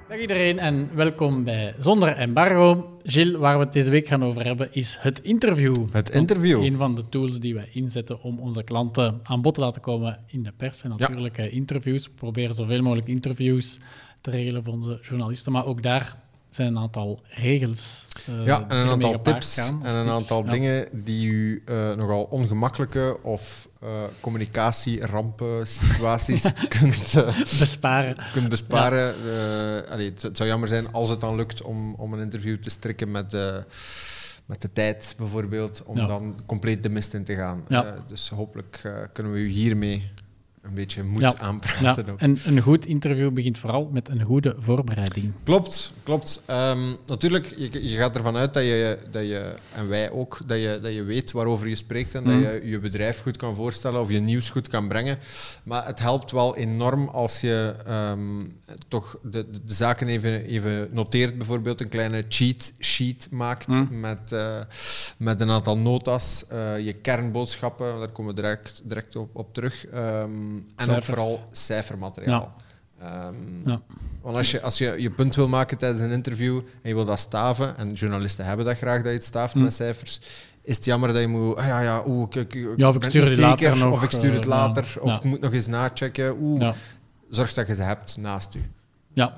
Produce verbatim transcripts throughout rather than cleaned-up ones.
Dag iedereen en welkom bij Zonder Embargo. Gilles, waar we het deze week gaan over hebben, is het interview. Het interview. Een van de tools die wij inzetten om onze klanten aan bod te laten komen in de pers. En natuurlijk ja. interviews. We proberen zoveel mogelijk interviews te regelen voor onze journalisten. Maar ook daar zijn een aantal regels. Uh, ja, en een aantal tips gaan, en een tips. aantal ja. dingen die u uh, nogal ongemakkelijke of uh, communicatierampen situaties kunt, uh, besparen. kunt besparen. Ja. Uh, allee, het, het zou jammer zijn als het dan lukt om, om een interview te strikken met de, met de tijd bijvoorbeeld, om ja. dan compleet de mist in te gaan. Ja. Uh, dus hopelijk uh, kunnen we u hiermee een beetje moed ja. aanpraten. Ja. Ook. En een goed interview begint vooral met een goede voorbereiding. Klopt, klopt. Um, natuurlijk, je, je gaat ervan uit dat je, dat je, en wij ook, dat je, dat je weet waarover je spreekt en mm. dat je je bedrijf goed kan voorstellen of je nieuws goed kan brengen. Maar het helpt wel enorm als je um, toch de, de zaken even, even noteert, bijvoorbeeld een kleine cheat sheet maakt mm. met, uh, met een aantal notas, uh, je kernboodschappen, daar komen we direct, direct op, op terug. Um, En Cijfers. Ook vooral cijfermateriaal. Ja. Um, ja. Want als je, als je je punt wil maken tijdens een interview en je wil dat staven, en journalisten hebben dat graag, dat je het staaft mm. met cijfers, is het jammer dat je moet... Ah ja, ja, oeh, ik, ik, ja, of ik stuur het later nog. Of ik stuur het later, uh, of ja. ik moet nog eens nachecken. Oeh, ja. Zorg dat je ze hebt naast u. Ja.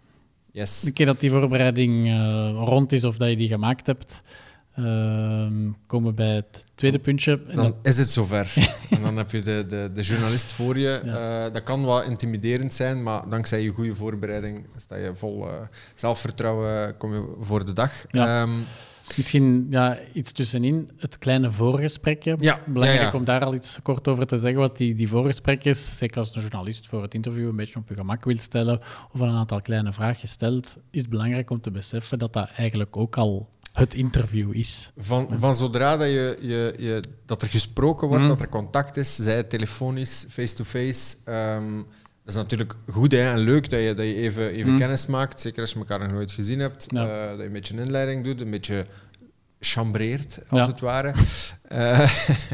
Yes. Een keer dat die voorbereiding uh, rond is of dat je die gemaakt hebt, Uh, komen we bij het tweede puntje. Dan dat... is het zover. En dan heb je de, de, de journalist voor je. Ja. Uh, dat kan wel intimiderend zijn, maar dankzij je goede voorbereiding sta je vol uh, zelfvertrouwen, kom je voor de dag. Ja. Um, Misschien ja, iets tussenin, het kleine voorgesprekje. Ja. Belangrijk ja, ja. om daar al iets kort over te zeggen. Wat die, die voorgesprekjes, zeker als een journalist voor het interview een beetje op je gemak wil stellen of een aantal kleine vragen stelt, is het belangrijk om te beseffen dat dat eigenlijk ook al het interview is. Van, van zodra dat, je, je, je, dat er gesproken wordt, mm. dat er contact is, zij het telefonisch, face-to-face. Um, dat is natuurlijk goed hè, en leuk dat je, dat je even, even mm. kennis maakt. Zeker als je elkaar nog nooit gezien hebt. Ja. Uh, dat je een beetje een inleiding doet, een beetje chambreert, als ja. het ware. Uh,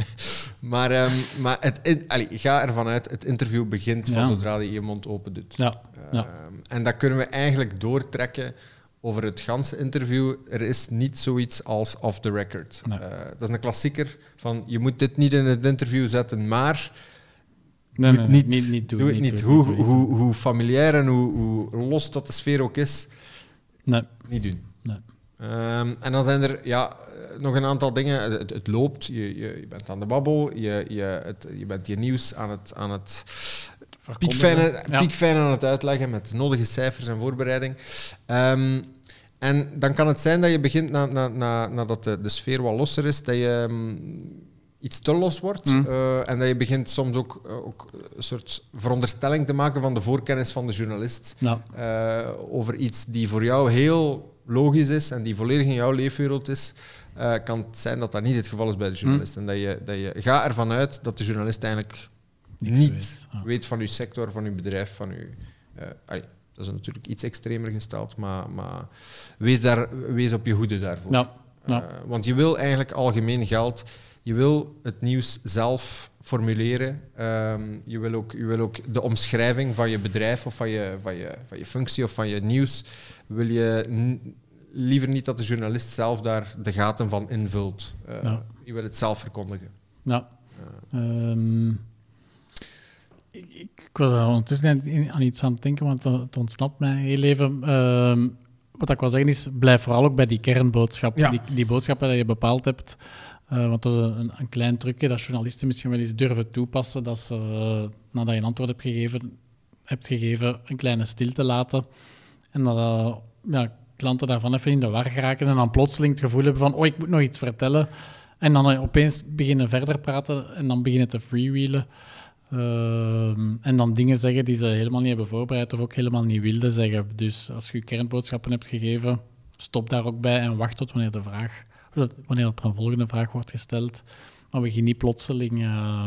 maar um, maar het, in, allee, ga ervan uit, het interview begint van ja. zodra je je mond open doet. Ja. Ja. Uh, en dat kunnen we eigenlijk doortrekken over het ganse interview. Er is niet zoiets als off the record. Nee. Uh, dat is een klassieker van je moet dit niet in het interview zetten, maar nee, doe het nee, niet. niet, niet. Doe, doe het niet. niet. Doe, hoe, doe, doe, hoe, hoe familiair en hoe, hoe los dat de sfeer ook is, nee. niet doen. Nee. Um, en dan zijn er ja, nog een aantal dingen. Het, het loopt, je, je, je bent aan de babbel, je, je, het, je bent je nieuws aan het... Aan het Piekfijn, ja. piekfijn aan het uitleggen met nodige cijfers en voorbereiding. Um, en dan kan het zijn dat je begint, na, na, na, nadat de, de sfeer wat losser is, dat je um, iets te los wordt. Mm. Uh, en dat je begint soms ook, uh, ook een soort veronderstelling te maken van de voorkennis van de journalist. Ja. Uh, over iets die voor jou heel logisch is en die volledig in jouw leefwereld is. Uh, kan het zijn dat dat niet het geval is bij de journalist. Mm. En dat je, dat je ga ervan uit dat de journalist eigenlijk Niks niet weet. Ja. weet van uw sector, van uw bedrijf, van uw... Uh, allee, dat is natuurlijk iets extremer gesteld, maar, maar wees, daar, wees op je hoede daarvoor. Ja. Ja. Uh, want je wil eigenlijk algemeen geld, je wil het nieuws zelf formuleren, um, je, wil ook, je wil ook de omschrijving van je bedrijf of van je, van je, van je functie of van je nieuws, wil je n- liever niet dat de journalist zelf daar de gaten van invult. Uh, ja. Je wil het zelf verkondigen. Ja. Uh. Um... Ik, ik was ondertussen aan iets aan het denken, want het ontsnapt mij heel even. Uh, wat ik wil zeggen is, blijf vooral ook bij die kernboodschap. Ja. Die, die boodschappen die je bepaald hebt. Uh, want dat is een, een klein trucje dat journalisten misschien wel eens durven toepassen. Dat ze, uh, nadat je een antwoord hebt gegeven, hebt gegeven, een kleine stilte laten. En dat uh, ja, klanten daarvan even in de war geraken en dan plotseling het gevoel hebben van oh, ik moet nog iets vertellen. En dan uh, opeens beginnen verder praten en dan beginnen te freewheelen. Uh, en dan dingen zeggen die ze helemaal niet hebben voorbereid of ook helemaal niet wilden zeggen. Dus als je je kernboodschappen hebt gegeven, stop daar ook bij en wacht tot wanneer de vraag, wanneer er een volgende vraag wordt gesteld. Maar begin niet plotseling uh,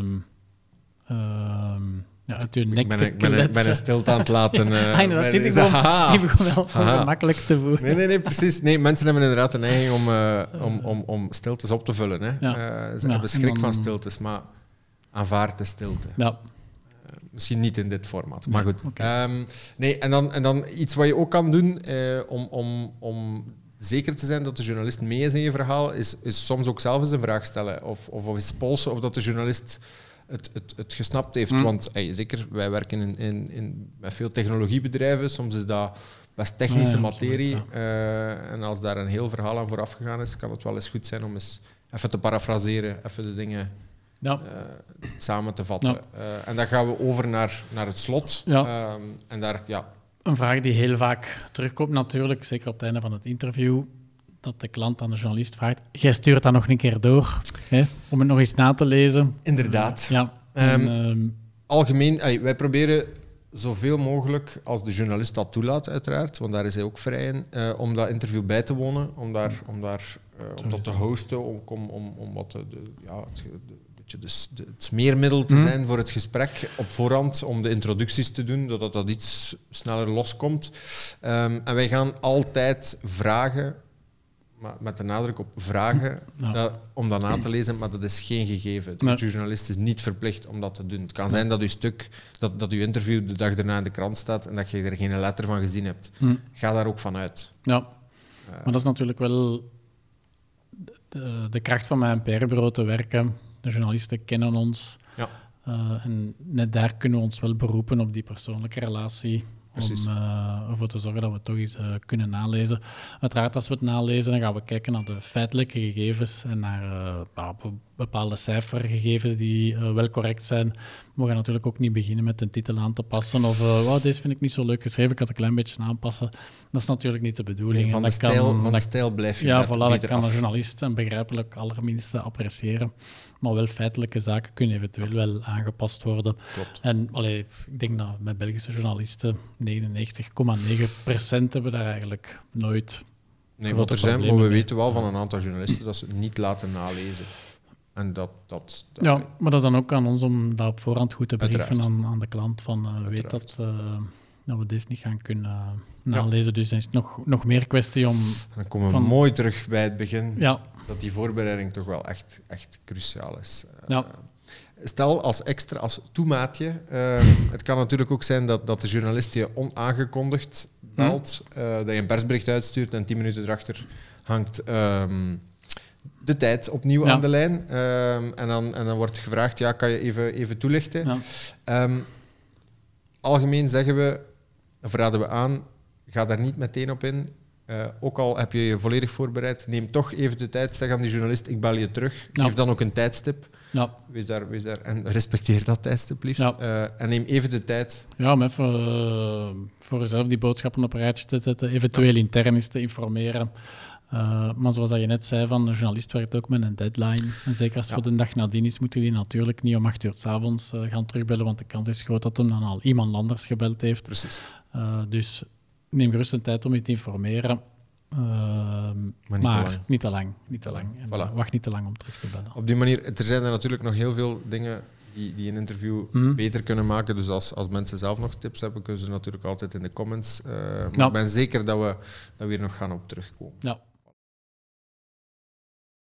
uh, ja, uit je nek ik ben, te ik ben, ik ben een stilte aan het laten. Uh, ah, dat zit ik gewoon, ik begon wel gemakkelijk te voelen. Nee, nee, nee, precies. Nee, mensen hebben inderdaad de neiging om, uh, om, om, om stiltes op te vullen. Hè. Ja. Uh, ze ja, hebben schrik dan, van stiltes, maar aanvaard de stilte. Ja. misschien niet in dit format, maar goed. Okay. Um, nee, en, dan, en dan iets wat je ook kan doen uh, om, om, om zeker te zijn dat de journalist mee is in je verhaal, is, is soms ook zelf eens een vraag stellen. Of, of, of eens polsen of dat de journalist het, het, het gesnapt heeft. Mm. Want hey, zeker, wij werken in, in, in, met veel technologiebedrijven. Soms is dat best technische ja, ja, materie. Absoluut, ja. uh, en als daar een heel verhaal aan vooraf gegaan is, kan het wel eens goed zijn om eens even te parafraseren, even de dingen ja. uh, samen te vatten. Ja. Uh, en dan gaan we over naar, naar het slot. Ja. Um, en daar, ja... Een vraag die heel vaak terugkomt natuurlijk, zeker op het einde van het interview, dat de klant aan de journalist vraagt, jij stuurt dat nog een keer door, hè, om het nog eens na te lezen. Inderdaad. Ja. En, um, um, algemeen, allee, wij proberen zoveel mogelijk, als de journalist dat toelaat uiteraard, want daar is hij ook vrij in, uh, om dat interview bij te wonen, om, daar, om, daar, uh, om dat te hosten, om, om, om, om wat de, de, ja, het, de, Dus het smeermiddel te zijn mm. voor het gesprek op voorhand, om de introducties te doen, zodat dat iets sneller loskomt. Um, en wij gaan altijd vragen, maar met de nadruk op vragen, ja. dat, om dat na te lezen, maar dat is geen gegeven. De nee. journalist is niet verplicht om dat te doen. Het kan zijn dat uw stuk, dat, dat uw interview de dag daarna in de krant staat en dat je er geen letter van gezien hebt. Mm. Ga daar ook van uit. Ja, uh, maar dat is natuurlijk wel de, de kracht van mijn N P R-bureau te werken. De journalisten kennen ons. Ja. Uh, en net daar kunnen we ons wel beroepen op die persoonlijke relatie. Precies. Om uh, ervoor te zorgen dat we het toch eens uh, kunnen nalezen. Uiteraard, als we het nalezen, dan gaan we kijken naar de feitelijke gegevens en naar uh, bepaalde cijfergegevens die uh, wel correct zijn. We gaan natuurlijk ook niet beginnen met een titel aan te passen of uh, wow, deze vind ik niet zo leuk geschreven, ik had het een klein beetje aanpassen. Dat is natuurlijk niet de bedoeling. Nee, van, de stijl, kan, van de stijl blijf je ja, net voilà, dat kan af. Een journalist en begrijpelijk allerminste appreciëren. Maar wel feitelijke zaken kunnen eventueel wel aangepast worden. Klopt. En allee, ik denk dat met Belgische journalisten negenennegentig komma negen procent hebben daar eigenlijk nooit. Nee, wat er zijn, maar we mee. weten wel van een aantal journalisten dat ze het niet laten nalezen. En dat, dat, dat, ja, maar dat is dan ook aan ons om dat op voorhand goed te brieven aan, aan de klant. Van, uh, weet dat, uh, dat we deze niet gaan kunnen uh, nalezen. Ja. Dus dan is het nog, nog meer kwestie om... Dan komen we van, mooi terug bij het begin. Ja. Dat die voorbereiding toch wel echt, echt cruciaal is. Uh, ja. Stel als extra, als toemaatje. Uh, het kan natuurlijk ook zijn dat, dat de journalist je onaangekondigd belt. Hm. Uh, dat je een persbericht uitstuurt en tien minuten erachter hangt... Um, de tijd opnieuw ja. aan de lijn. Um, en, dan, en dan wordt gevraagd, ja, kan je even, even toelichten? Ja. Um, algemeen zeggen we, of raden we aan, ga daar niet meteen op in. Uh, ook al heb je je volledig voorbereid, neem toch even de tijd. Zeg aan die journalist, ik bel je terug. Ja. Geef dan ook een tijdstip. Ja. Wees daar, wees daar, en respecteer dat tijdstip liefst. Ja. Uh, en neem even de tijd. Ja, om even uh, voor jezelf die boodschappen op een rijtje te zetten. Eventueel ja. intern eens te informeren. Uh, maar zoals je net zei, van, een journalist werkt ook met een deadline. En zeker als het ja. voor de dag nadien is, moeten die natuurlijk niet om acht uur 's avonds uh, gaan terugbellen, want de kans is groot dat hem dan al iemand anders gebeld heeft. Precies. Uh, dus neem gerust een tijd om je te informeren. Uh, maar niet maar te lang. Niet te lang. Niet te lang. En voilà. Wacht niet te lang om terug te bellen. Op die manier, er zijn er natuurlijk nog heel veel dingen die, die een interview mm. beter kunnen maken. Dus als, als mensen zelf nog tips hebben, kunnen ze natuurlijk altijd in de comments. Uh, maar ja. ik ben zeker dat we, dat we hier nog gaan op terugkomen. Ja.